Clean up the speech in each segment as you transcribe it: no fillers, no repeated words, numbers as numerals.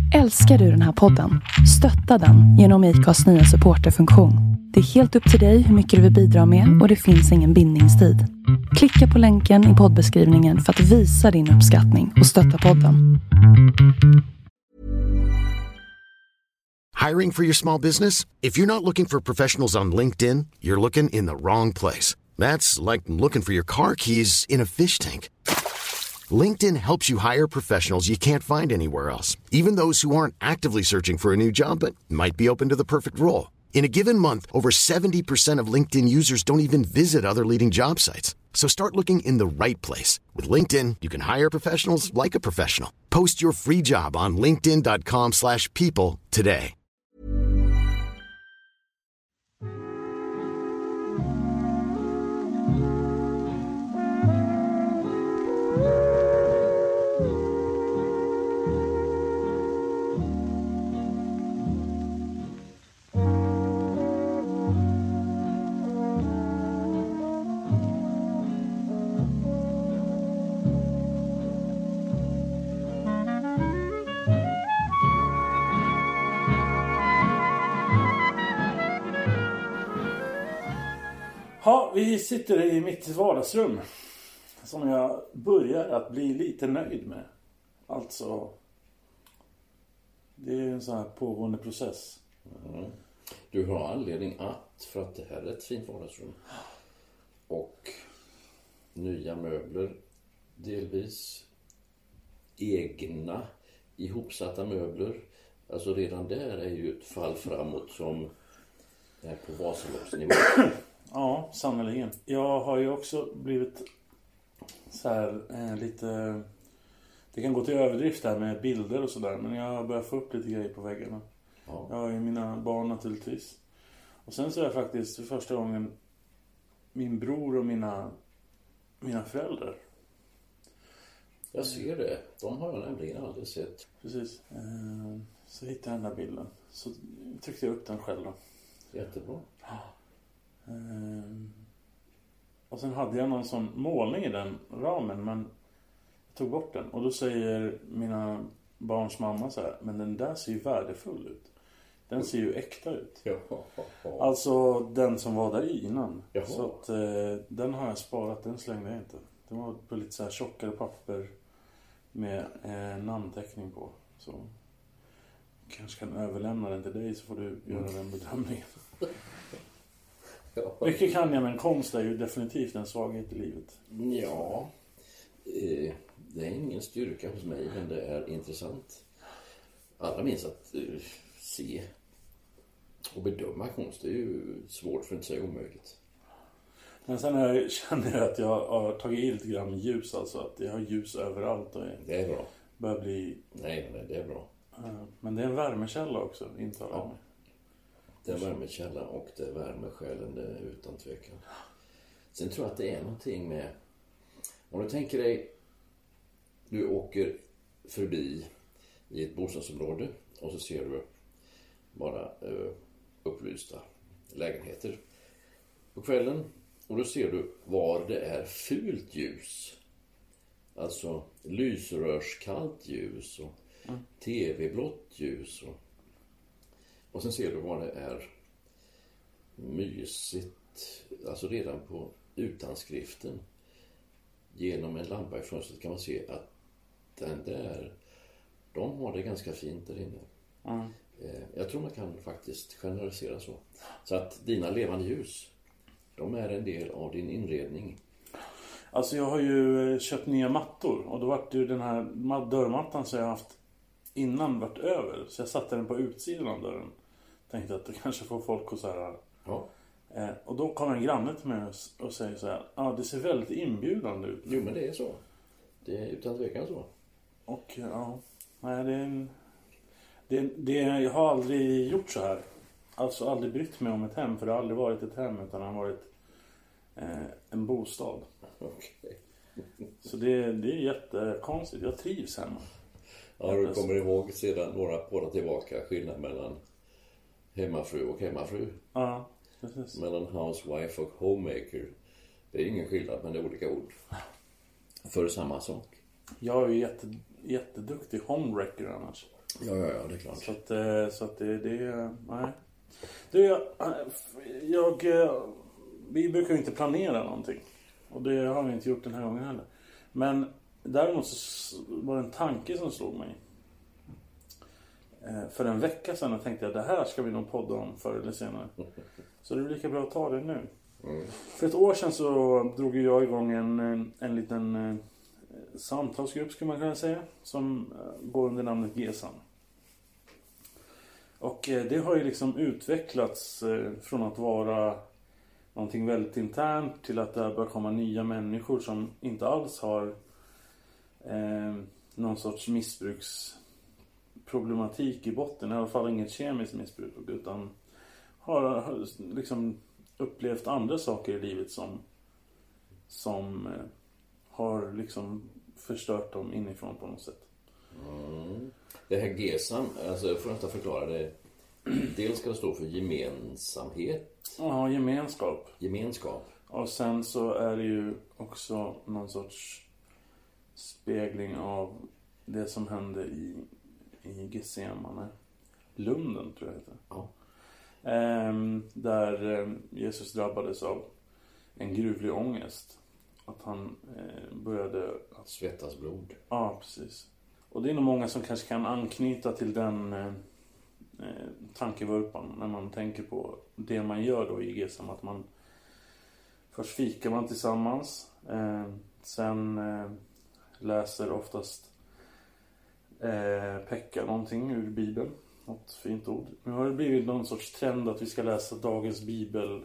Älskar du den här podden? Stötta den genom IKAs nya supporterfunktion. Det är helt upp till dig hur mycket du vill bidra med och det finns ingen bindningstid. Klicka på länken i poddbeskrivningen för att visa din uppskattning och stötta podden. Hiring for your small business? If you're not looking for professionals on LinkedIn, you're looking in the wrong place. That's like looking for your car keys in a fish tank. LinkedIn helps you hire professionals you can't find anywhere else, even those who aren't actively searching for a new job but might be open to the perfect role. In a given month, over 70% of LinkedIn users don't even visit other leading job sites. So start looking in the right place. With LinkedIn, you can hire professionals like a professional. Post your free job on linkedin.com/people today. Ja, vi sitter i mitt vardagsrum som jag börjar att bli lite nöjd med. Alltså, det är en sån här pågående process. Mm. Du har anledning för att det här är ett fint vardagsrum. Och nya möbler, delvis egna ihopsatta möbler. Alltså redan där är ju ett fall framåt som är på Vasaloppsnivå. Ja, sannoliken. Jag har ju också blivit så här lite... Det kan gå till överdrift här med bilder och sådär. Men jag har börjat få upp lite grejer på väggarna. Ja. Jag har ju mina barn naturligtvis. Och sen så är jag faktiskt för första gången min bror och mina föräldrar. Jag ser det. De har jag nämligen aldrig sett. Precis. Så hittade jag den där bilden. Så tryckte jag upp den själv då. Jättebra. Ja. Och sen hade jag någon sån målning i den ramen, men jag tog bort den. Och då säger mina barns mamma så här: men den där ser ju värdefull ut. Den ser ju äkta ut. Alltså den som var där innan. Så att den har jag sparat, den slängde jag inte. Den var på lite så här tjockare papper med namnteckning på. Så kanske kan överlämna den till dig så får du göra den bedömningen. Mycket kan jag, men konst är ju definitivt en svaghet i livet. Ja, det är ingen styrka hos mig, men det är intressant. Allra minst att se och bedöma konst är ju svårt, för att inte säga omöjligt. Men sen känner jag att jag har tagit i lite grann ljus, alltså att jag har ljus överallt. Och det är bra. Börjar bli... Nej, det är bra. Men det är en värmekälla också, intalar jag mig. Det är värmekälla och det är värmesjälen, det är utan tvekan. Sen tror jag att det är någonting med... Om du tänker dig, du åker förbi i ett bostadsområde och så ser du bara upplysta lägenheter på kvällen. Och då ser du var det är fult ljus. Alltså lysrörskallt ljus och tv-blått ljus och sen ser du vad det är mysigt, alltså redan på utanskriften genom en lampa i fönstret kan man se att de har det ganska fint där inne. Jag tror man kan faktiskt generalisera så att dina levande ljus, de är en del av din inredning. Alltså jag har ju köpt nya mattor och då var det ju den här dörrmattan som jag haft innan varit över. Så jag satte den på utsidan av dörren. Tänkte att det kanske får folk att så här. Ja. Och då kommer en granne till mig och säger så här: det ser väldigt inbjudande ut. Jo, men det är så. Det är utan tvekan så. Och jag har aldrig gjort så här. Alltså aldrig brytt mig om ett hem, för det har aldrig varit ett hem utan det har varit en bostad. Okay. Så det är jättekonstigt. Jag trivs hemma. Ja, du kommer ihåg sedan några år tillbaka skillnad mellan hemmafru och hemmafru. Ja, precis. Mellan housewife och homemaker. Det är ingen skillnad, men det är olika ord. För samma sak. Jag är ju jätteduktig homewrecker annars. Ja, det är klart. Så att det nej. Vi brukar ju inte planera någonting. Och det har vi inte gjort den här gången heller. Men däremot så var det en tanke som slog mig. För en vecka sedan tänkte jag, det här ska vi nog podda om förr eller senare. Så det är lika bra att ta det nu. För ett år sedan så drog jag igång en liten samtalsgrupp, skulle man kunna säga, som går under namnet GESAM. Och det har ju liksom utvecklats från att vara någonting väldigt internt till att det bör komma nya människor som inte alls har någon sorts missbruksproblematik i botten. I alla fall inget kemiskt missbruk, utan har liksom upplevt andra saker i livet som har liksom förstört dem inifrån på något sätt. Det här GESAM, alltså jag får inte förklara det. Dels ska det stå för gemensamhet. Ja, gemenskap. Och sen så är det ju också någon sorts spegling av det som hände i Getsemane. Lunden tror jag heter. Ja. Där Jesus drabbades av en gruvlig ångest. Att han började svettas blod. Ja, precis. Och det är nog många som kanske kan anknyta till den tankevurpan när man tänker på det man gör då i GESAM. Att man först fikar man tillsammans. Sen läser oftast Pekka någonting ur Bibeln. Något fint ord. Nu har det blivit någon sorts trend att vi ska läsa dagens Bibel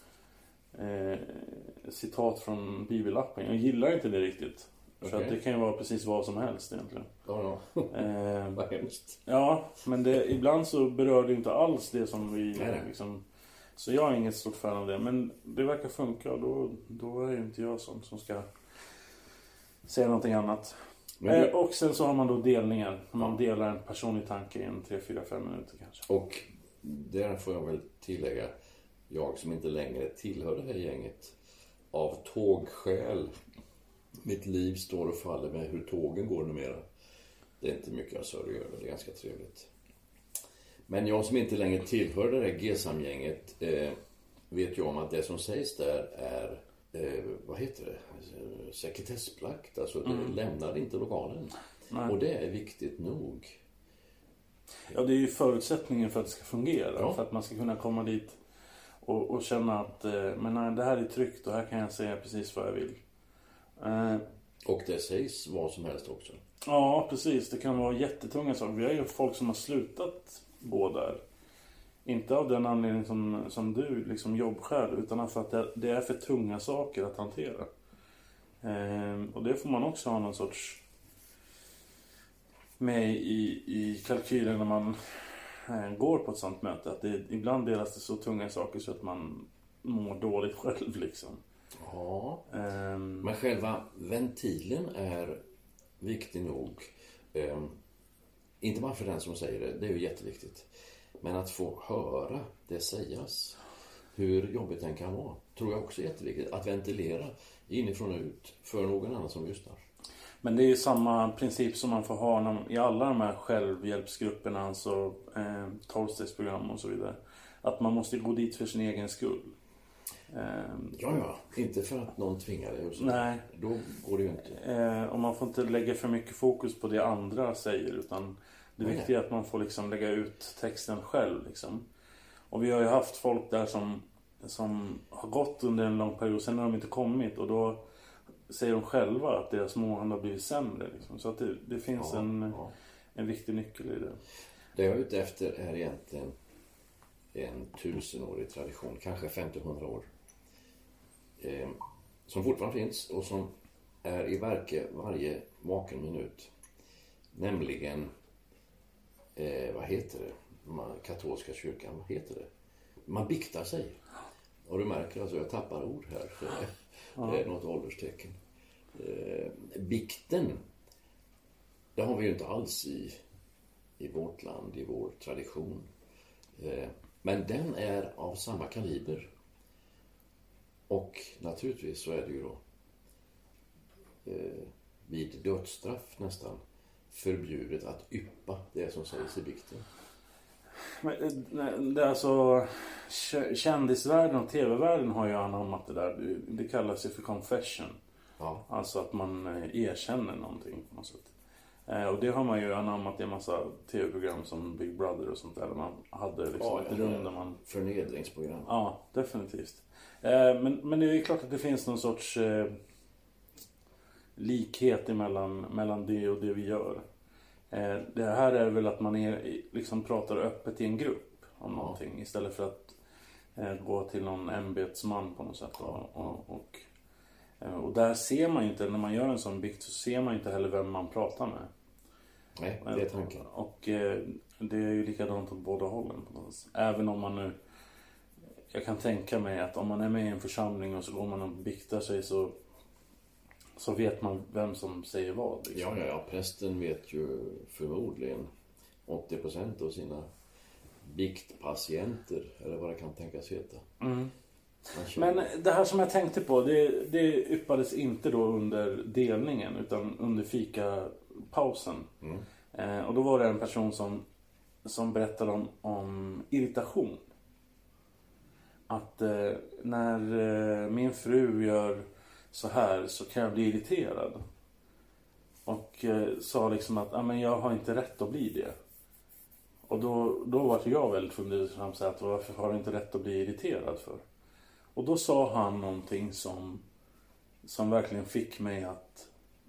citat från Bibelappen. Jag gillar inte det riktigt. För att det kan ju vara precis vad som helst egentligen. Ja. Vad hemskt. Ja, men ibland så berör det inte alls det som vi liksom. Så jag är inget stort fan av det. Men det verkar funka och då är ju inte jag sån som ska säga någonting annat. Och sen så har man då delningar. Man delar en personlig tanke i 3-4-5 minuter kanske. Och där får jag väl tillägga, jag som inte längre tillhör det här gänget, av tågskäl. Mitt liv står och faller med hur tågen går numera. Det är inte mycket jag sörjer över, det är ganska trevligt. Men jag som inte längre tillhör det här GESAM-gänget vet ju om att det som sägs där är vad heter det? Sekretessplagt. Alltså det lämnar inte lokalen. Nej. Och det är viktigt nog. Ja, det är ju förutsättningen för att det ska fungera. Ja. För att man ska kunna komma dit och känna att men nej, det här är tryggt och här kan jag säga precis vad jag vill. Och det sägs vad som helst också. Ja, precis. Det kan vara jättetunga saker. Vi har ju folk som har slutat gå där. Inte av den anledning som du, liksom jobbskäl, utan för att det är för tunga saker att hantera. Och det får man också ha någon sorts med i kalkylen när man går på ett sånt möte. Att ibland delas det så tunga saker så att man mår dåligt själv liksom. Ja, men själva ventilen är viktig nog. Inte bara för den som säger det, det är ju jätteviktigt. Men att få höra det sägas, hur jobbigt den kan vara, tror jag också är jätteviktigt. Att ventilera inifrån och ut för någon annan som lyssnar. Men det är ju samma princip som man får ha i alla de här självhjälpsgrupperna, alltså 12-stegsprogram och så vidare. Att man måste gå dit för sin egen skull. Ja, inte för att någon tvingar dig. Nej. Då går det ju inte. Och man får inte lägga för mycket fokus på det andra säger, utan det viktiga är att man får liksom lägga ut texten själv liksom. Och vi har ju haft folk där som har gått under en lång period, sen har de inte kommit och då säger de själva att deras mående har blivit sämre liksom. Så att det finns en viktig nyckel i det. Det jag är ute efter är egentligen en 1000-årig tradition, kanske 1500 år. Som fortfarande finns och som är i verke varje vaken minut. Nämligen vad heter det? Katolska kyrkan, vad heter det? Man biktar sig. Och du märker alltså, jag tappar ord här. För det är något ålderstecken. Bikten, det har vi ju inte alls i vårt land, i vår tradition. Men den är av samma kaliber. Och naturligtvis så är det ju då vid dödsstraff nästan förbjudet att yppa det som sägs i bikten? Men, det är alltså, kändisvärlden och tv-världen har ju anammat det där. Det kallas ju för confession. Ja. Alltså att man erkänner någonting på något sätt. Och det har man ju anammat i en massa tv-program som Big Brother och sånt där. Man hade liksom ett rum där man... Förnedringsprogram. Ja, definitivt. Men det är klart att det finns någon sorts likhet mellan det och det vi gör. Det här är väl att man liksom pratar öppet i en grupp om någonting istället för att gå till någon ämbetsman på något sätt. Och där ser man ju inte, när man gör en sån bikt så ser man inte heller vem man pratar med. Nej, det är tanken. Och det är ju likadant åt båda hållen. Även om man nu, jag kan tänka mig att om man är med i en församling och så går man och biktar sig så vet man vem som säger vad. Liksom. Ja, prästen vet ju förmodligen 80% av sina biktpatienter, eller vad det kan tänkas heta. Mm. Men det här som jag tänkte på, det yppades inte då under delningen utan under fikapausen. Och då var det en person som berättade om irritation. Att när min fru gör så här så kan jag bli irriterad. Och sa liksom att men jag har inte rätt att bli det. Och då var jag väldigt fundersam så att varför har jag inte rätt att bli irriterad för? Och då sa han någonting som verkligen fick mig att...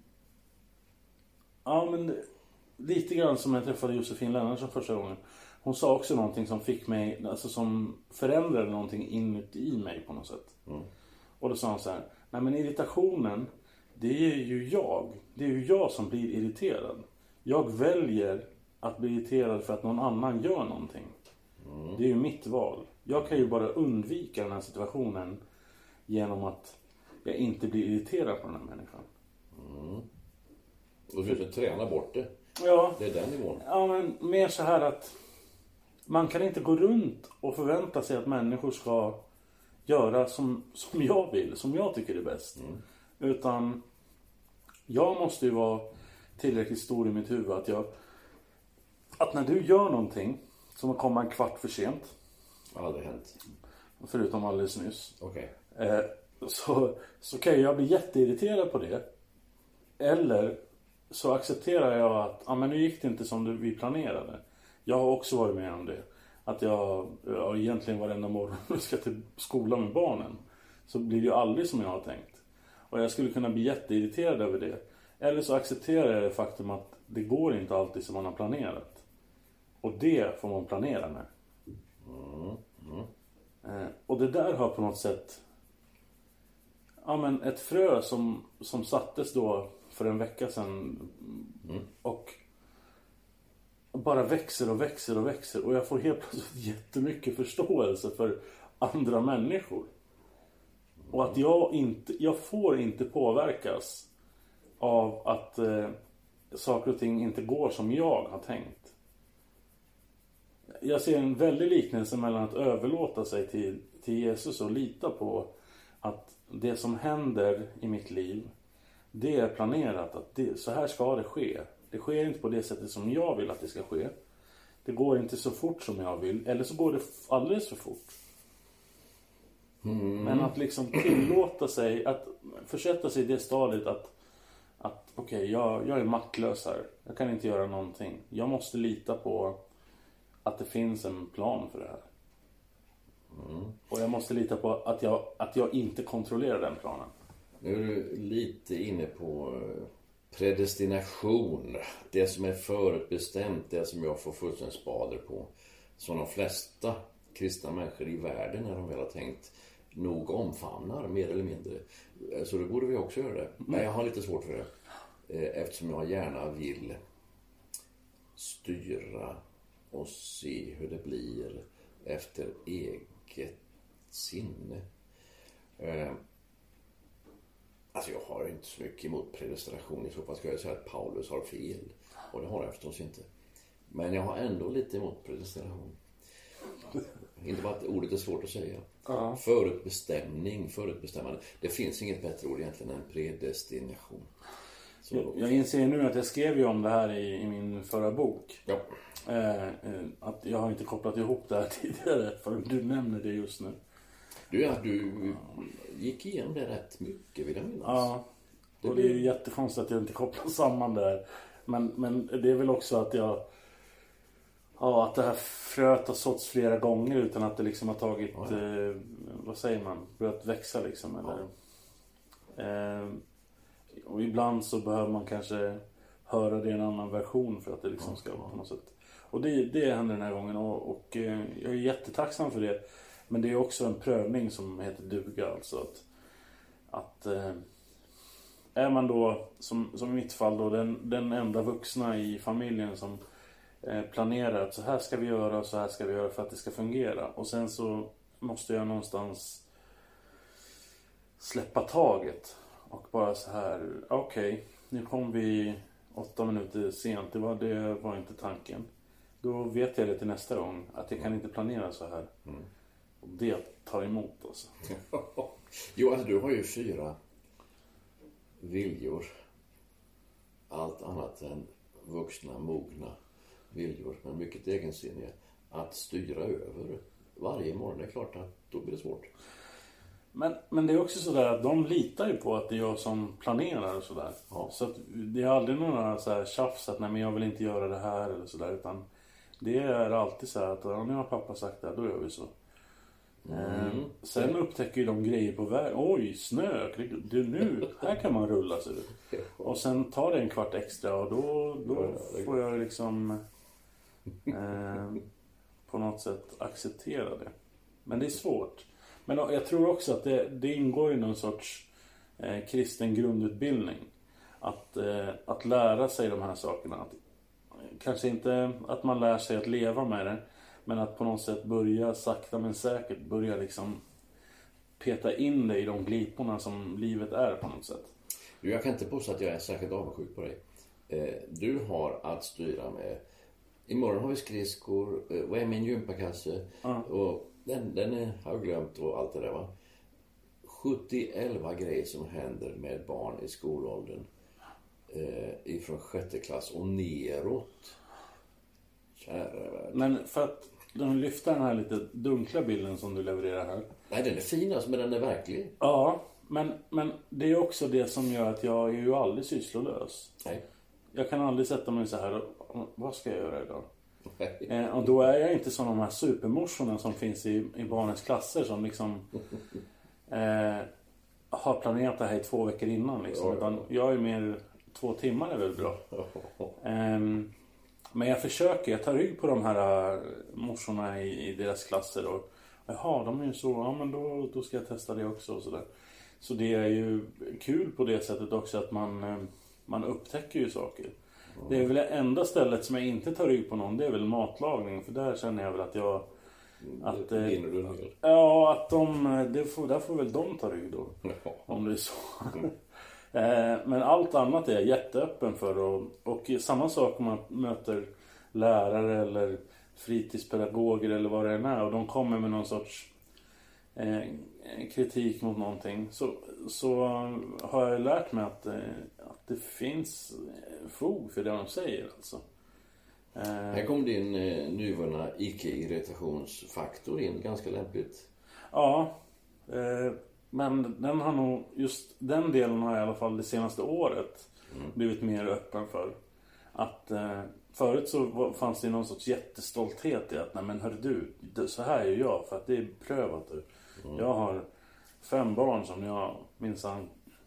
Ja, men lite grann som jag träffade Josefin Lennartsson första gången. Hon sa också någonting som fick mig, alltså som förändrade någonting inuti mig på något sätt. Och då sa han så här: nej men irritationen, det är ju jag. Det är ju jag som blir irriterad. Jag väljer att bli irriterad för att någon annan gör någonting. Det är ju mitt val. Jag kan ju bara undvika den här situationen genom att jag inte blir irriterad på den här människan. Och du ska träna bort det. Ja. Det är den nivån. Ja, men mer så här att man kan inte gå runt och förvänta sig att människor ska göra som jag vill, som jag tycker är bäst. Utan jag måste ju vara tillräckligt stor i mitt huvud att när du gör någonting som kommer en kvart för sent. Aldrig hänt. Förutom alldeles nyss. Okej. Så kan jag bli jätteirriterad på det. Eller så accepterar jag att men nu gick det inte som vi planerade. Jag har också varit med om det. Att jag egentligen varenda morgon ska till skolan med barnen. Så blir det ju aldrig som jag har tänkt. Och jag skulle kunna bli jätteirriterad över det. Eller så accepterar jag det faktum att det går inte alltid som man har planerat. Och det får man planera med. Och det där har på något sätt ett frö som sattes då för en vecka sedan och bara växer och växer och växer. Och jag får helt plötsligt jättemycket förståelse för andra människor. Och att jag får inte påverkas av att saker och ting inte går som jag har tänkt. Jag ser en väldig liknelse mellan att överlåta sig till Jesus och lita på att det som händer i mitt liv, det är planerat, att så här ska det ske. Det sker inte på det sättet som jag vill att det ska ske. Det går inte så fort som jag vill, eller så går det alldeles för fort. Men att liksom tillåta sig, att försätta sig i det stadiet att okej, jag är maktlös här. Jag kan inte göra någonting. Jag måste lita på att det finns en plan för det här. Och jag måste lita på att jag inte kontrollerar den planen. Nu är du lite inne på predestination. Det som är förutbestämt, det som jag får fullständigt spader på. Som de flesta kristna människor i världen, när de väl har tänkt, nog omfamnar mer eller mindre. Så då borde vi också göra det. Men jag har lite svårt för det. Eftersom jag gärna vill styra och se hur det blir efter eget sinne. Alltså jag har inte så mycket emot predestination. I så fall ska jag säga att Paulus har fel. Och det har jag förstås inte. Men jag har ändå lite emot predestination. Inte bara att ordet är svårt att säga. Förutbestämmande. Det finns inget bättre ord egentligen än predestination. Jag inser nu att jag skrev ju om det här i min förra bok. Ja. Att jag har inte kopplat ihop det här tidigare, för du nämner det just nu. Du gick igenom det rätt mycket, vill jag minnas. Ja, och det är ju jättekonstigt att jag inte kopplar samman det här. Men det är väl också att att det här fröet har såtts flera gånger utan att det liksom har tagit, vad säger man, börjat växa liksom. Eller, och ibland så behöver man kanske höra det i en annan version för att det liksom ska på något sätt. Och det händer den här gången och jag är jättetacksam för det. Men det är också en prövning som heter duga, alltså att är man då, som i mitt fall då, den enda vuxna i familjen som planerar att så här ska vi göra och så här ska vi göra för att det ska fungera. Och sen så måste jag någonstans släppa taget och bara så här, okej, nu kom vi 8 minuter sent, det var inte tanken. Då vet jag det till nästa gång, att jag kan inte planera så här. Och det tar emot alltså. Jo, alltså du har ju 4 viljor. Allt annat än vuxna, mogna viljor, men mycket egensinniga. Att styra över varje morgon, det är klart att då blir det svårt. Men det är också sådär att de litar ju på att det är jag som planerar och sådär. Ja. Så att det är aldrig några så här tjafs att nej, men jag vill inte göra det här eller sådär, utan det är alltid så här att nu har pappa sagt det här, då gör vi så. Sen upptäcker ju de grejer på väg. Oj, snö, nu, här kan man rulla sig. Och sen tar det en kvart extra och då får jag liksom på något sätt acceptera det. Men det är svårt. Men jag tror också att det ingår i någon sorts kristen grundutbildning. Att lära sig de här sakerna. Kanske inte att man lär sig att leva med det, men att på något sätt börja sakta men säkert börja liksom peta in det i de gliporna som livet är på något sätt. Jag kan inte påstå att jag är särskilt avundsjuk på dig. Du har att styra med. Imorgon har vi skridskor. Vad är min gympakasse? Och den har jag glömt och allt det där, va? 70-11 grejer som händer med barn i skolåldern. Ifrån 6:e klass och neråt. Kära värld. Men för att lyfta den här lite dunkla bilden som du levererar här. Nej, den är fin alltså, men den är verklig. Ja, men det är också det som gör att jag är ju aldrig sysslolös. Nej. Jag kan aldrig sätta mig så här, vad ska jag göra idag? Och då är jag inte som de här supermorsorna som finns i barnens klasser som liksom har planerat det här i 2 veckor innan liksom. Utan jag är mer 2 timmar är väl bra. Men jag tar rygg på de här morsorna i deras klasser och jaha, de är ju så, ja men då ska jag testa det också och sådär. Så det är ju kul på det sättet också att man upptäcker ju saker. Det är väl det enda stället som jag inte tar rygg på någon, det är väl matlagning, för där känner jag väl att jag där får väl de ta rygg då. Om det är så. Men allt annat är jag jätteöppen för och samma sak om man möter lärare eller fritidspedagoger eller vad det än är och de kommer med någon sorts kritik mot någonting, så har jag lärt mig att det finns fog för det de säger alltså. Här kom din nyvunna icke-irritationsfaktor in ganska lämpligt. Ja, men den har nog, just den delen har jag i alla fall det senaste året blivit mer öppen för. Att förut så fanns det någon sorts jättestolthet i att nej men hör du, så här är jag för att det är prövat. Jag har 5 barn som jag minsann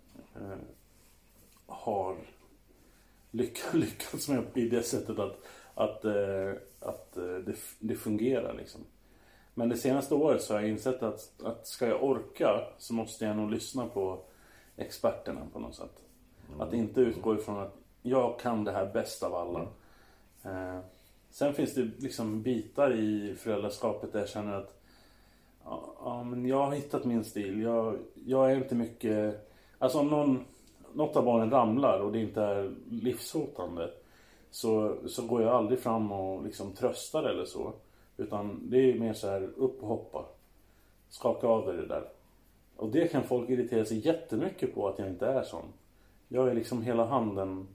har lyckats med i det sättet att det fungerar liksom. Men det senaste året så har jag insett att ska jag orka så måste jag nog lyssna på experterna på något sätt. Att inte utgå ifrån att jag kan det här bäst av alla. Sen finns det liksom bitar i föräldraskapet där jag känner att men jag har hittat min stil. Jag är inte mycket, alltså om något av barnen ramlar och det inte är livshotande, så går jag aldrig fram och liksom tröstar eller så. Utan det är mer så här, upp och hoppa. Skaka av det där. Och det kan folk irritera sig jättemycket på, att jag inte är sån. Jag är liksom hela handen.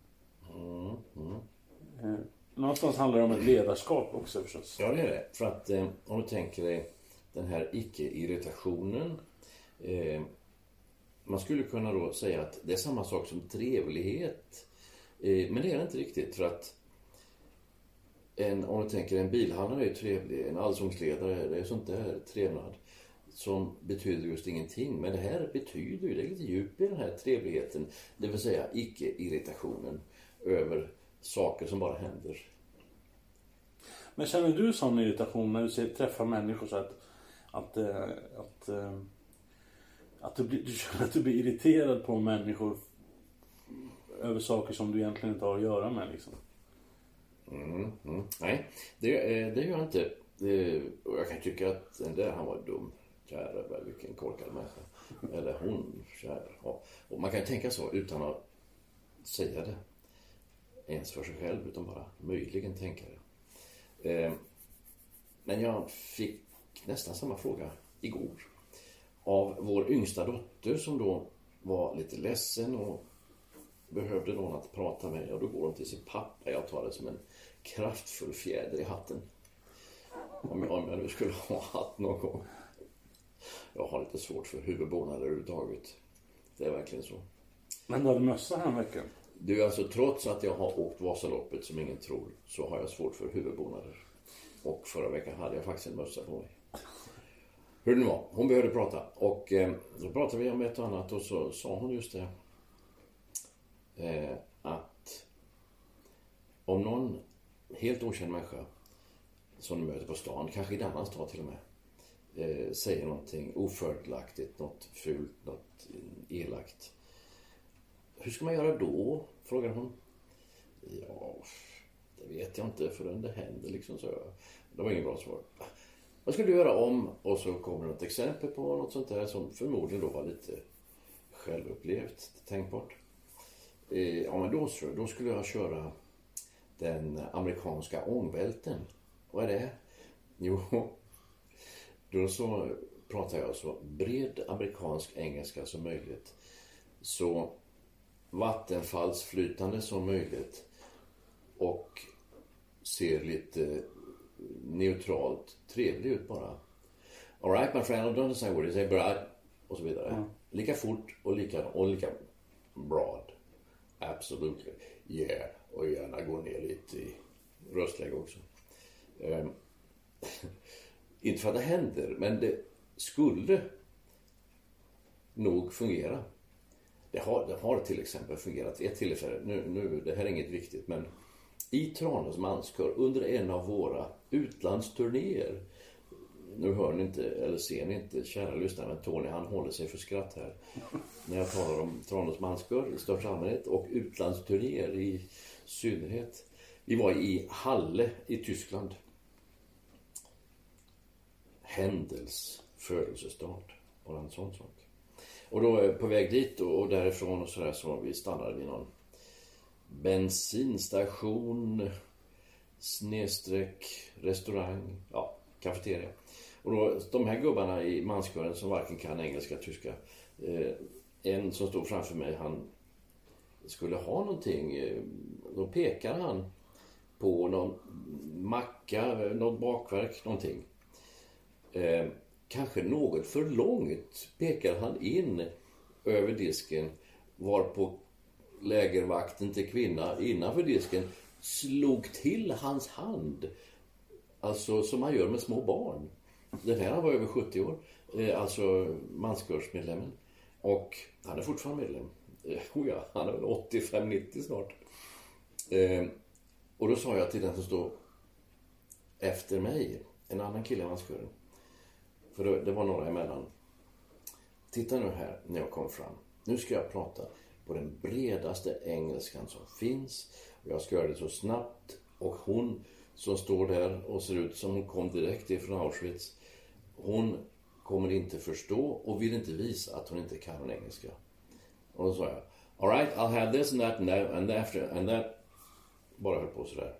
Någonstans handlar det om ett ledarskap också förstås. Ja, det är det. För att om du tänker dig den här icke-irritationen. Man skulle kunna då säga att det är samma sak som trevlighet. Men det är det inte riktigt. För att om du tänker en bilhandlare är trevlig. En allsångsledare, det är sånt där trevnad. Som betyder just ingenting. Men det här betyder ju, det är lite djup i den här trevligheten. Det vill säga icke-irritationen över saker som bara händer. Men känner du sån irritation när du träffar människor så att du känner att du blir irriterad på människor över saker som du egentligen inte har att göra med liksom? Nej, det gör jag inte. Och jag kan tycka att den där han var dum. Kära, vilken korkad människa. Eller hon, kära. Ja. Och man kan tänka så utan att säga det ens för sig själv, utan bara möjligen tänka det. Men jag fick nästan samma fråga igår av vår yngsta dotter som då var lite ledsen och behövde någon att prata med. Och då går hon till sin pappa. Jag tar det som en kraftfull fjäder i hatten. Om jag nu skulle ha hatt någon gång. Jag har lite svårt för huvudbonader överhuvudtaget. Det är verkligen så. Men du hade mössa här en vecka? Du, alltså trots att jag har åkt Vasaloppet som ingen tror, så har jag svårt för huvudbonader. Och förra veckan hade jag faktiskt en mössa på mig. Hur det nu var, hon behövde prata. Och då pratade vi om ett och annat och så sa hon just det. Att om någon helt okänd människa som du möter på stan, kanske i en annan stad till och med, säger någonting ofördelaktigt, något fult, något elakt. Hur ska man göra då? Frågar hon. Ja, det vet jag inte förrän det händer liksom, så det var ingen bra svar. Vad ska du göra om? Och så kommer det ett exempel på något sånt där som förmodligen då var lite självupplevt, tänkbart. Ja, men då skulle jag köra den amerikanska ångvälten. Vad är det? Jo, då så pratar jag så bred amerikansk engelska som möjligt. Så vattenfallsflytande som möjligt. Och ser lite neutralt trevlig ut bara. All right, my friend, I don't understand what you say, but och så vidare. Lika fort och lika broad. Absolutely. Yeah. Och gärna gå ner lite i röstläge också. Inte för att det händer, men det skulle nog fungera. Det har till exempel fungerat vid ett tillfälle. Nu, det här är inget viktigt, men i Tranås manskör under en av våra utlandsturnéer. Nu hör ni inte, eller ser ni inte, kära lyssnare, men Tony han håller sig för skratt här. När jag talar om Tranås manskör i största allmänhet och utlandsturnéer i synnerhet. Vi var i Halle i Tyskland. Händels födelsestad. Bara en sån sak. Och då på väg dit och därifrån och sådär, så vi stannade vid någon bensinstation / restaurang, ja, kafeteria. Och då de här gubbarna i manskören som varken kan engelska, tyska, en som stod framför mig, han skulle ha någonting, då pekade han på någon macka, något bakverk, någonting. Kanske något för långt pekade han in över disken, var på lägervakten till kvinna innanför disken slog till hans hand, alltså som man gör med små barn. Den här var över 70 år, alltså manskörsmedlemmen, och han är fortfarande medlem. Ja, han är väl 85-90 snart. Och då sa jag till den som stod efter mig, en annan kille i manskören, för det var några emellan. Titta nu här när jag kom fram. Nu ska jag prata på den bredaste engelskan som finns. Och jag ska göra det så snabbt. Och hon som står där och ser ut som hon kom direkt ifrån Auschwitz, hon kommer inte förstå och vill inte visa att hon inte kan engelska. Och då sa jag, all right, I'll have this and that and after and that. Bara höll på sådär.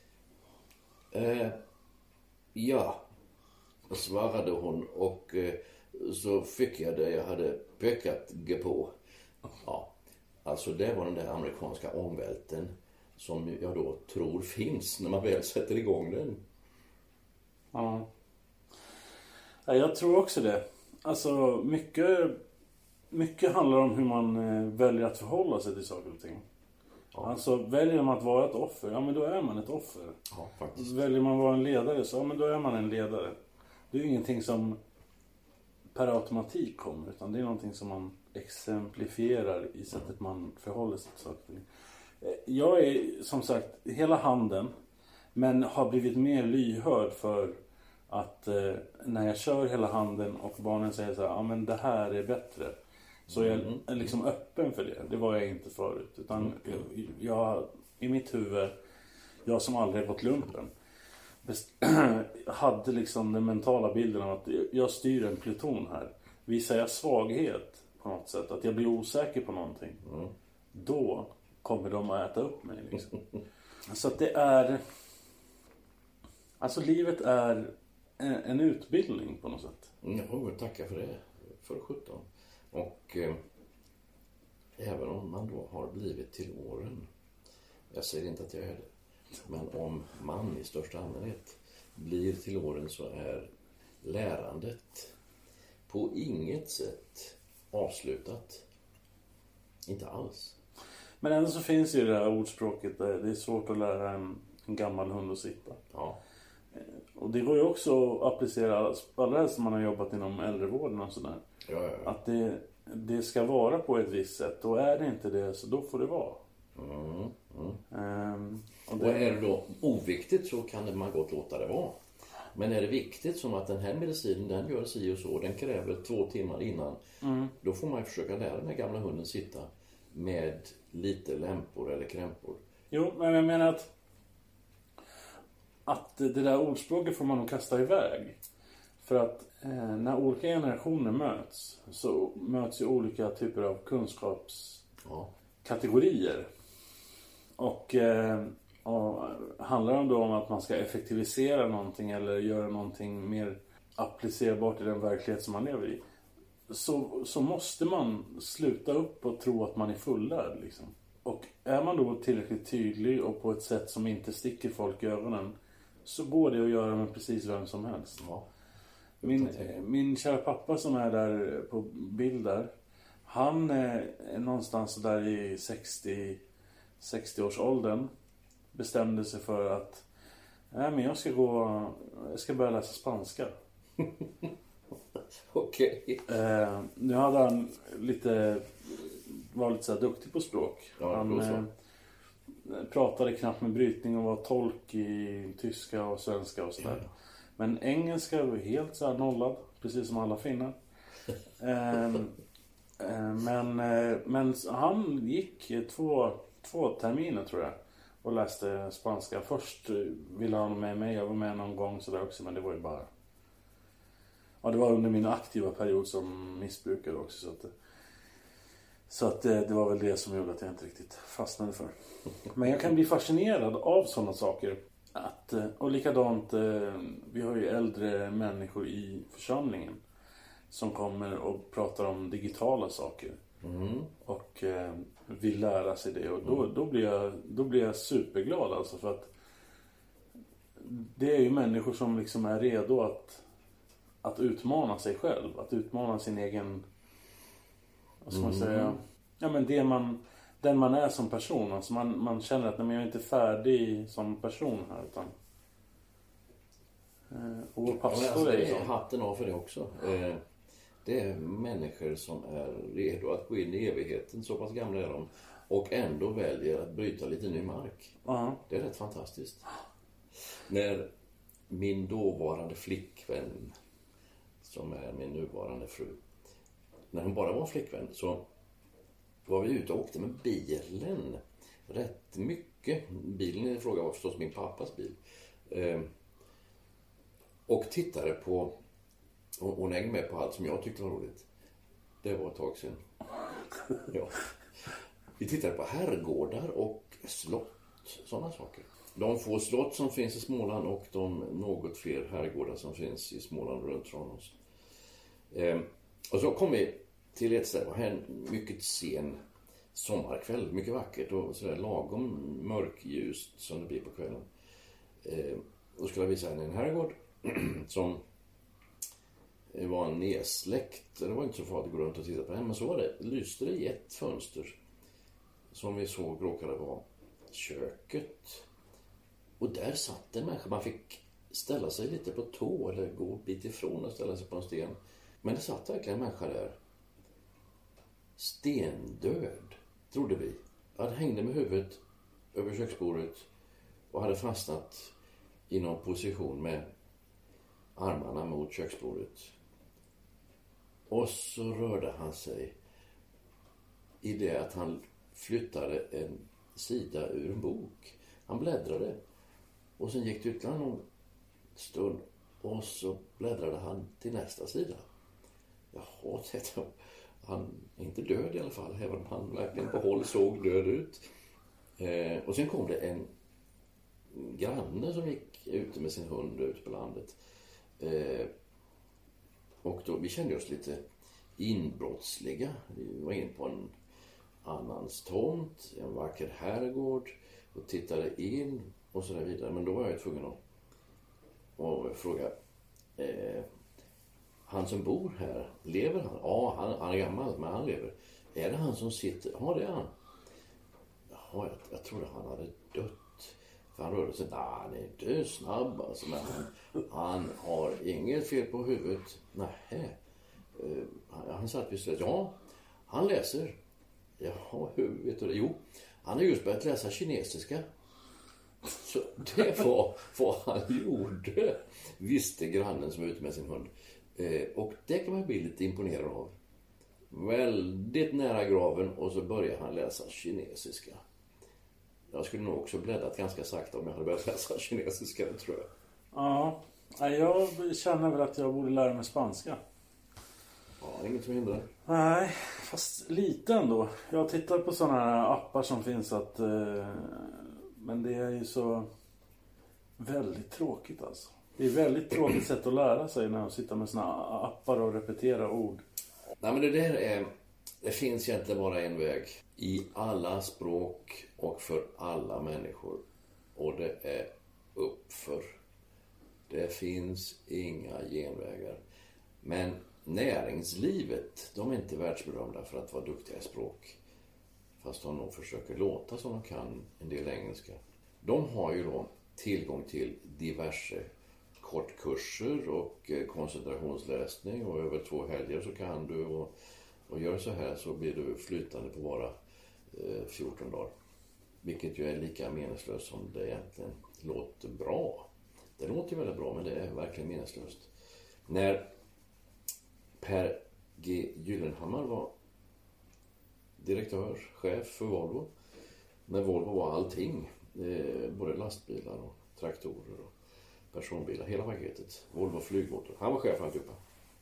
Ja, svarade hon, och så fick jag det jag hade pekat på. Ja. Alltså det var den där amerikanska ångvälten som jag då tror finns när man väl sätter igång den. Ja. Ja, jag tror också det. Alltså mycket handlar om hur man väljer att förhålla sig till saker och ting. Ja. Alltså väljer man att vara ett offer, ja men då är man ett offer. Ja, faktiskt. Väljer man att vara en ledare, så ja men då är man en ledare. Det är ju ingenting som per automatik kommer, utan det är någonting som man exemplifierar i sättet man förhåller sig till saker. Jag är som sagt hela handen, men har blivit mer lyhörd för att när jag kör hela handen och barnen säger så här, ja men det här är bättre, så jag är liksom öppen för det. Det var jag inte förut, utan jag i mitt huvud, jag som aldrig gått lumpen, hade liksom den mentala bilden av att jag styr en pluton här. Visar jag svaghet på något sätt, att jag blir osäker på någonting, då kommer de att äta upp mig liksom. Så att det är, alltså livet är en utbildning på något sätt. Jag tackar för det, för 17. Och även om man då har blivit till åren, jag säger inte att jag är det, men om man i största allmänhet blir till åren, så är lärandet på inget sätt avslutat. Inte alls. Men ändå så finns ju det här ordspråket där det är svårt att lära en gammal hund att sitta. Ja. Och det går ju också att applicera alla som man har jobbat inom äldrevården och sådär. Ja. Att det ska vara på ett visst sätt. Och är det inte det, så då får det vara. Och är det då oviktigt, så kan man gott låta det vara. Men är det viktigt, som att den här medicinen, den gör si och så, den kräver 2 timmar innan, då får man ju försöka lära den här gamla hunden sitta med lite lämpor eller krämpor. Jo, men jag menar att det där ordspråket får man nog kasta iväg. För att när olika generationer möts, så möts ju olika typer av kunskapskategorier. Och handlar det då om att man ska effektivisera någonting eller göra någonting mer applicerbart i den verklighet som man lever i, så måste man sluta upp och tro att man är fullärd liksom. Och är man då tillräckligt tydlig och på ett sätt som inte sticker folk i ögonen, så går det att göra med precis vem som helst. Ja. Min kära pappa som är där på bild där, han är någonstans där i 60-årsåldern, bestämde sig för att men jag ska börja läsa spanska. Okej. Nu hade han var lite så här duktig på språk. Ja, han pratade knappt med brytning och var tolk i tyska och svenska och sådär. Men engelska var helt så här nollad, precis som alla finnar. Men han gick 2 terminer tror jag och läste spanska. Först ville han med mig, jag var med någon gång så där också, men det var ju bara, ja, det var under min aktiva period som missbrukare också, så att det var väl det som gjorde att jag inte riktigt fastnade för. Men jag kan bli fascinerad av sådana saker. Och likadant, vi har ju äldre människor i församlingen som kommer och pratar om digitala saker. Och vill lära sig det. Och då blir jag superglad alltså, för att det är ju människor som liksom är redo att utmana sig själv. Att utmana sin egen, vad ska man säga, ja men den man är som person. Alltså man känner att jag är inte färdig som person här, utan och pastor är så. Hatten av för det också. Det är människor som är redo att gå in i evigheten, så pass gamla är de, och ändå väljer att bryta lite ny mark. Det är rätt fantastiskt. När min dåvarande flickvän, som är min nuvarande fru, när hon bara var flickvän, så var vi ute och åkte med bilen rätt mycket. Bilen i fråga var förstås min pappas bil. Och tittade på, och hon hängde med på allt som jag tyckte var roligt. Det var ett tag sedan. Ja. Vi tittade på herrgårdar och slott, sådana saker. De få slott som finns i Småland och de något fler herrgårdar som finns i Småland runt Tranås. Och så kom vi till ett ställe, en mycket sen sommarkväll, mycket vackert och sådär lagom mörkljust som det blir på kvällen. Då skulle jag visa henne en herrgård som var en nedsläckt. Det var inte så farligt att gå runt och titta på henne, men så var det. Lyste det i ett fönster som vi såg råkade vara köket. Och där satt en människa. Man fick ställa sig lite på tå eller gå en bit ifrån och ställa sig på en sten. Men det satt verkligen en människa där. Stendöd, trodde vi. Han hängde med huvudet över köksbordet och hade fastnat i någon position med armarna mot köksbordet. Och så rörde han sig i det att han flyttade en sida ur en bok. Han bläddrade. Och sen gick det ytterligare någon stund. Och så bläddrade han till nästa sida. Jaha, tänkte han är inte död i alla fall. Även om han verkligen på håll såg död ut. Och sen kom det en granne som gick ute med sin hund ut på landet. Och då, vi kände oss lite inbrottsliga. Vi var in på en annans tomt, en vacker herrgård och tittade in och så där vidare. Men då var jag tvungen att fråga, han som bor här, lever han? Ja, han är gammal, men han lever. Är det han som sitter? Ja, det är han. Jaha, jag trodde han hade dött. För han rörde sig, nej, han är inte snabb alltså, men han har inget fel på huvudet. Nej. Han satt vid slutet. Ja, han läser. Jaha, hur vet du det? Jo, han har just börjat läsa kinesiska. Så det var vad han gjorde, visste grannen som var ute med sin hund. Och det kan man bli lite imponerad av. Väldigt nära graven och så börjar han läsa kinesiska. Jag skulle nog också bläddrat ganska sakta om jag hade börjat läsa kinesiska, tror jag. Ja, jag känner väl att jag borde lära mig spanska. Ja, inget som hindrar. Nej, fast lite ändå. Jag tittar på sådana här appar som finns att... men det är ju så väldigt tråkigt alltså. Det är ett väldigt tråkigt sätt att lära sig när man sitter med såna appar och repetera ord. Nej, men det där är... Det finns egentligen bara en väg. I alla språk och för alla människor. Och det är uppför. Det finns inga genvägar. Men näringslivet, de är inte världsberömda för att vara duktiga i språk. Fast de nog försöker låta som de kan en del engelska. De har ju då tillgång till diverse kortkurser och koncentrationsläsning. Och över 2 helger så kan du och gör så här så blir du flytande på bara 14 dagar. Vilket ju är lika meningslöst som det egentligen låter bra. Det låter ju väldigt bra, men det är verkligen meningslöst. När Per G. Gyllenhammar var direktör, chef för Volvo. När Volvo var allting. Både lastbilar och traktorer och personbilar. Hela paketet. Volvo flygmotor. Han var chef för alltihopa.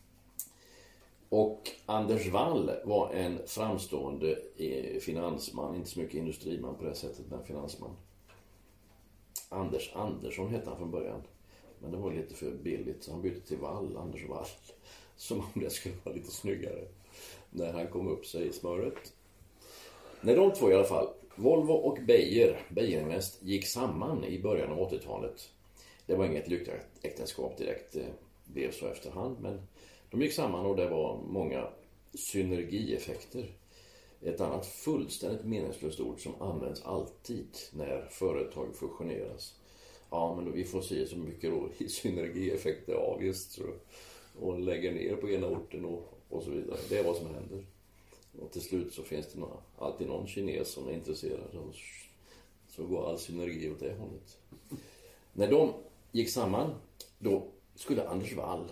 Och Anders Wall var en framstående finansman. Inte så mycket industriman på det sättet, men finansman. Anders Andersson hette han från början. Men det var lite för billigt så han bytte till Wall, Anders Wall. Som om det skulle vara lite snyggare. När han kom upp sig i smöret. När de två i alla fall, Volvo och Beijerinvest, gick samman i början av 80-talet. Det var inget lyckat äktenskap direkt, det blev så efterhand. Men de gick samman och det var många synergieffekter. Ett annat fullständigt meningslöst ord som används alltid när företag fusioneras. Ja, men då, vi får se så mycket då i synergieffekter avgifter och lägger ner på ena orten och så vidare. Det är vad som händer. Och till slut så finns det alltid någon kines som är intresserad och så går all synergi åt det hållet. När de gick samman, då skulle Anders Wall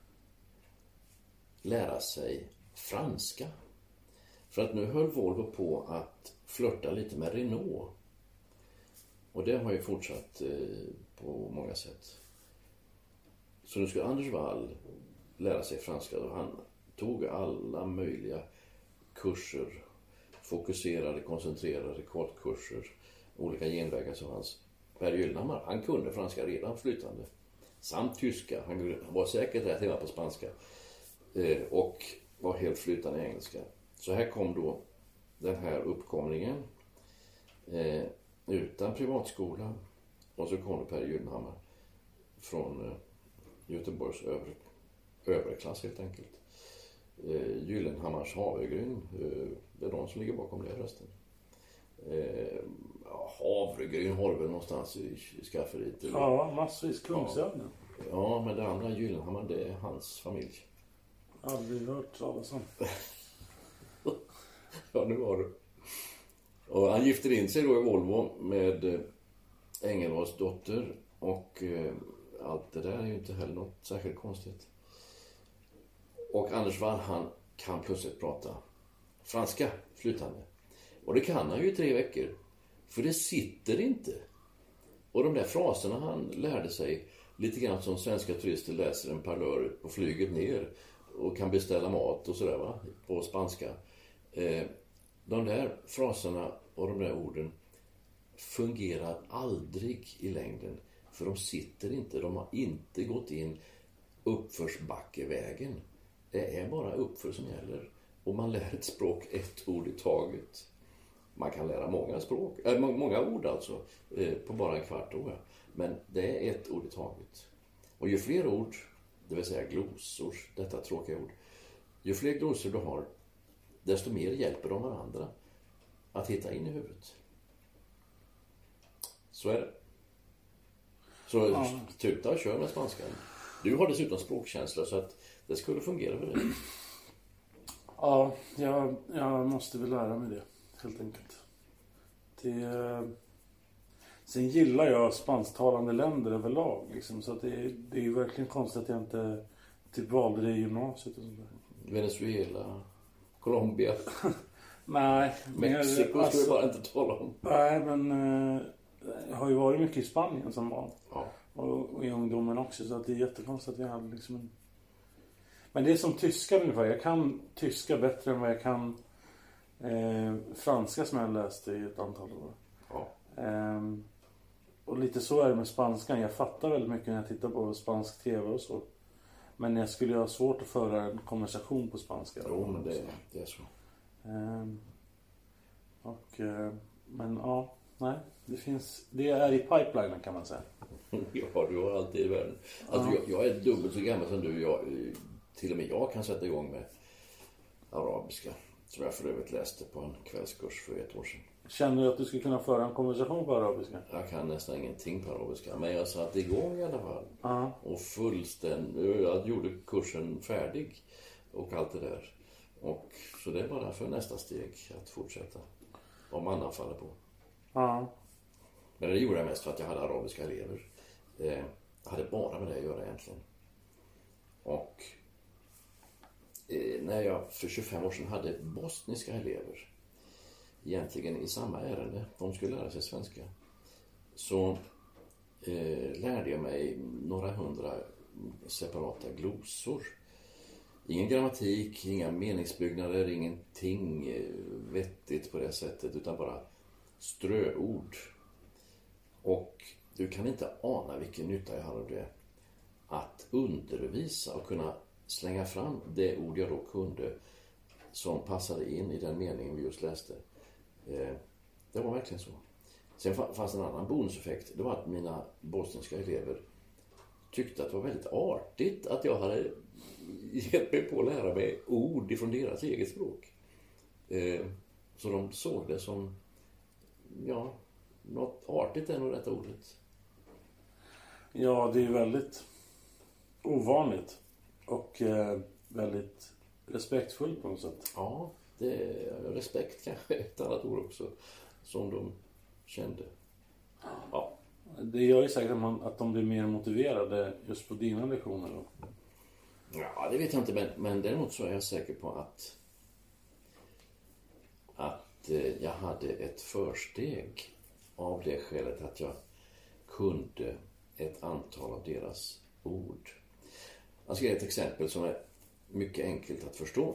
lära sig franska. För att nu höll Volvo på att flirta lite med Renault. Och det har ju fortsatt på många sätt. Så nu skulle Anders Wall lära sig franska. Och han tog alla möjliga kurser. Fokuserade, koncentrerade, kortkurser. Olika genvägar som hans Per Gyllenhammar. Han kunde franska redan flytande. Samt tyska. Han var säkert rätt hemma på spanska. Och var helt flytande i engelska. Så här kom då den här uppkomlingen utan privatskola. Och så kom det Per Gyllenhammar från Göteborgs övre klass helt enkelt. Gyllenhammars havregryn, det är de som ligger bakom det rösten. Havregryn har du väl någonstans i skafferiet? Ja, massvis. Kungsörnen. Ja, men det andra Gyllenhammar, det är hans familj. Aldrig hört talas om. Ja, nu var det. Och han gifter in sig då i Volvo med Engelbrekts dotter. Och allt det där är ju inte heller något särskilt konstigt. Och Anders Wall, han kan plötsligt prata franska flytande. Och det kan han ju i 3 veckor. För det sitter inte. Och de där fraserna han lärde sig lite grann som svenska turister läser en parlör på flyget ner och kan beställa mat och sådär va, på spanska. De där fraserna och de där orden fungerar aldrig i längden. För de sitter inte, de har inte gått in uppförsbackevägen. Det är bara uppför som gäller. Och man lär ett språk 1 ord i taget. Man kan lära många ord alltså på bara en kvart år. Men det är 1 ord i taget. Och ju fler ord, det vill säga glosor, detta tråkiga ord. Ju fler glosor du har, desto mer hjälper de varandra att hitta in i huvudet. Så är det. Så tuta och kör med spanskan. Du har dessutom språkkänsla så att det skulle fungera för dig. Ja, jag måste väl lära mig det, helt enkelt. Sen gillar jag spansktalande länder överlag. Liksom, så att det är ju verkligen konstigt att jag inte typ valde det i gymnasiet och sånt där. Venezuela, Colombia. Nej. Mexiko ska vi bara inte tala om. Nej, men jag har ju varit mycket i Spanien som barn. Ja. Och i ungdomen också. Så att det är jättekonstigt att jag hade liksom en... Men det är som tyska ungefär. Jag kan tyska bättre än vad jag kan franska som jag läste i ett antal år. Ja. Och lite så är det med spanskan. Jag fattar väldigt mycket när jag tittar på spansk tv och så. Men jag skulle ha svårt att föra en konversation på spanska. Jo, men det är så. Men ja, nej. Det är i pipelinen kan man säga. Ja, du har alltid i världen. Alltså, jag är dubbelt så gammal som du. Till och med jag kan sätta igång med arabiska. Som jag för övrigt läste på en kvällskurs för 1 år sedan. Känner du att du skulle kunna föra en konversation på arabiska? Jag kan nästan ingenting på arabiska. Men jag satte igång i alla fall. Och jag gjorde kursen färdig. Och allt det där. Och så det är bara för nästa steg att fortsätta. Om annan faller på. Ja. Men det gjorde jag mest för att jag hade arabiska elever. Jag hade bara med det att göra egentligen. Och när jag för 25 år sedan hade bosniska elever, egentligen i samma ärende, de skulle lära sig svenska, så lärde jag mig några 100 separata glosor. Ingen grammatik, inga meningsbyggnader, ingenting vettigt på det sättet, utan bara ströord. Och du kan inte ana vilken nytta jag hade av det. Att undervisa och kunna slänga fram det ord jag då kunde som passade in i den meningen vi just läste. Det var verkligen så. Sen fanns en annan bonuseffekt. Det var att mina bosniska elever tyckte att det var väldigt artigt att jag hade gett mig på att lära mig ord ifrån deras eget språk. Så de såg det som, ja, något artigt är nog rätta ordet. Ja, det är väldigt ovanligt och väldigt respektfullt på något sätt. Ja, det är respekt kanske ett annat ord också som de kände. Ja. Det gör ju säkert att de blir mer motiverade just på dina lektioner då. Ja, det vet jag inte, men däremot så är jag säker på att jag hade ett försteg av det skälet att jag kunde ett antal av deras ord. Jag ska ge ett exempel som är mycket enkelt att förstå.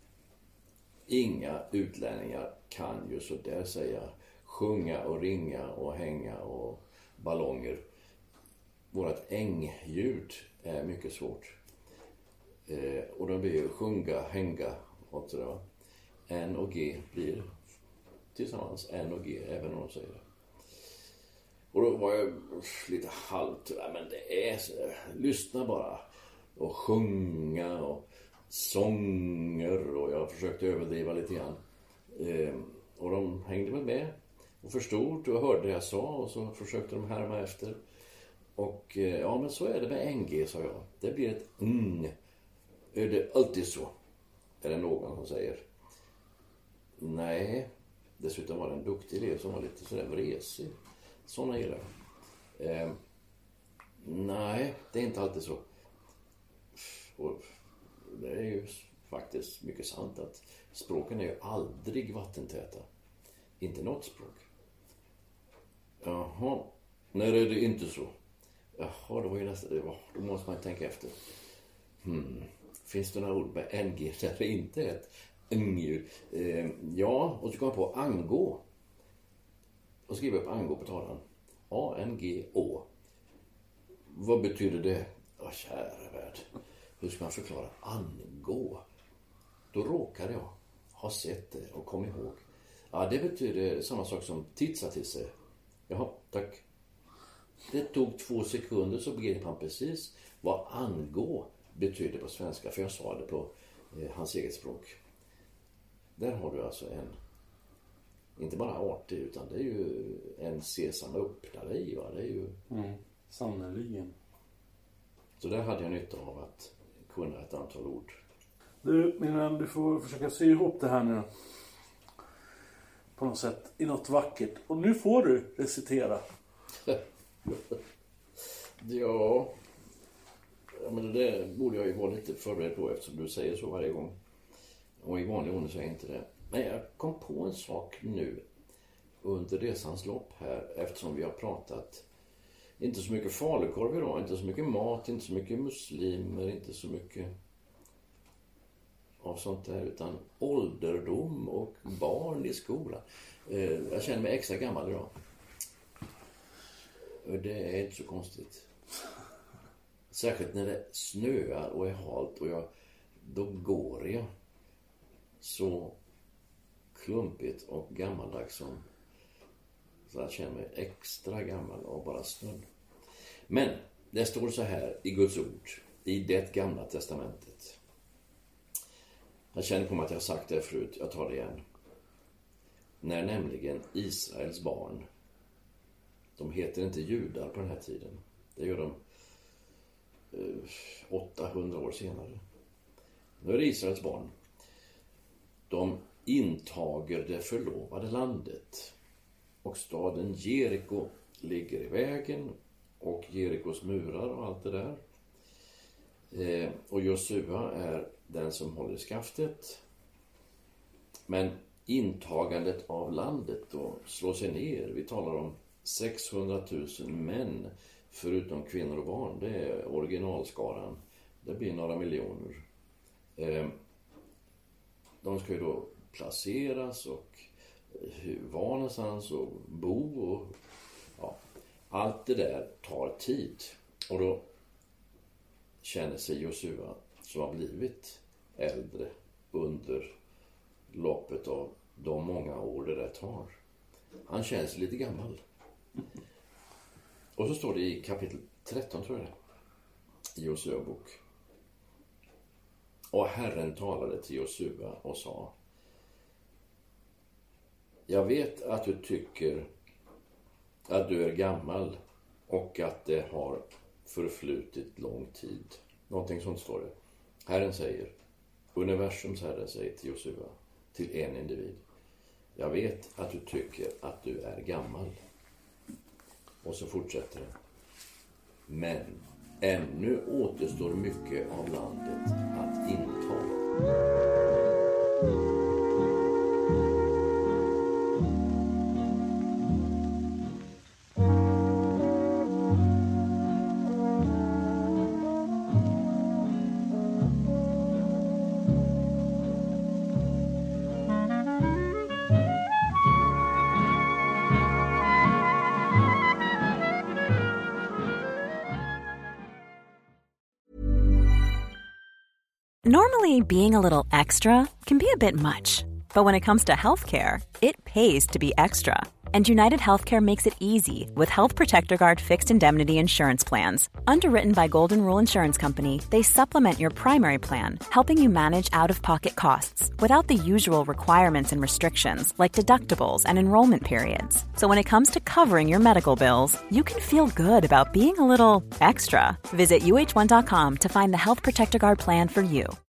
Inga utlänningar kan ju så där säga sjunga och ringa och hänga och ballonger. Vårat ängljud är mycket svårt. Och de blir ju sjunga, hänga och sådär. N och G blir tillsammans, N och G, även om de säger det. Och då var jag lite halvt, men det är så, lyssna bara. Och sjunga och sånger, och jag försökte överdriva lite grann. Och de hängde väl med och förstod och hörde det jag sa, och så försökte de härma efter. Och ja, men så är det med NG, sa jag. Det blir ett Är det alltid så? Är det någon som säger. Nej. Dessutom var det en duktig elev som var lite sådär vresig. Sådana gillar jag. Nej, det är inte alltid så. Och det är ju faktiskt mycket sant att språken är ju aldrig vattentäta. Inte något språk. Jaha, när är det inte så? Jaha, det var ju nästan, då måste man tänka efter. Finns det några ord med NG där det inte är ett NG? Ja, och så kom jag på angå. Och skriver upp angå på tavlan. A-N-G-Å. Vad betyder det? Kära värld. Hur ska man förklara angå? Då råkade jag ha sett det och kom ihåg. Ja, det betyder samma sak som titsa till sig. Jaha, tack. Det tog 2 sekunder så begrep han precis vad angå betyder på svenska. För jag sa det på hans eget språk. Där har du alltså en, inte bara artig, utan det är ju en sesam öppna dig, va? Det är ju... Sannoliken. Så där hade jag nytta av att kunna ett antal ord. Du, min vän, du får försöka sy ihop det här nu. På något sätt, i något vackert. Och nu får du recitera. Ja, men det där borde jag ju vara lite förberedd på, eftersom du säger så varje gång. Och i vanlig ordning säger jag inte det. Men jag kom på en sak nu under resans lopp här, eftersom vi har pratat inte så mycket falukorv idag, inte så mycket mat, inte så mycket muslimer, inte så mycket av sånt där, utan ålderdom och barn i skolan. Jag känner mig extra gammal idag. Och det är inte så konstigt. Särskilt när det snöar och är halt, och då går jag så klumpigt och gammaldags som, så jag känner mig extra gammal av bara snön. Men det står så här i Guds ord, i det gamla testamentet. Jag känner på mig att jag har sagt det förut, jag tar det igen. När nämligen Israels barn, de heter inte judar på den här tiden. Det gör de 800 år senare. Nu är det Israels barn. De intager det förlovade landet. Och staden Jeriko ligger i vägen. Och Jerikos murar och allt det där. Och Josua är den som håller i skaftet. Men intagandet av landet då slår sig ner. Vi talar om 600 000 män förutom kvinnor och barn. Det är originalskaran. Det blir några miljoner. De ska ju då placeras och vara någonstans och bo och ja, allt det där tar tid. Och då känner sig Josua, som har blivit äldre under loppet av de många år det där tar. Han känns lite gammal. Och så står det i kapitel 13, tror jag det, i Josua bok. Och Herren talade till Josua och sa: jag vet att du tycker att du är gammal och att det har förflutit lång tid. Någonting sånt står det. Herren säger, universums Herre säger till Josua, till en individ: jag vet att du tycker att du är gammal. Och så fortsätter det. Men ännu återstår mycket av landet att inta. Normally, being a little extra can be a bit much, But when it comes to healthcare, it pays to be extra. And United Healthcare makes it easy with Health Protector Guard fixed indemnity insurance plans. Underwritten by Golden Rule Insurance Company, they supplement your primary plan, helping you manage out-of-pocket costs without the usual requirements and restrictions like deductibles and enrollment periods. So when it comes to covering your medical bills, you can feel good about being a little extra. Visit uh1.com to find the Health Protector Guard plan for you.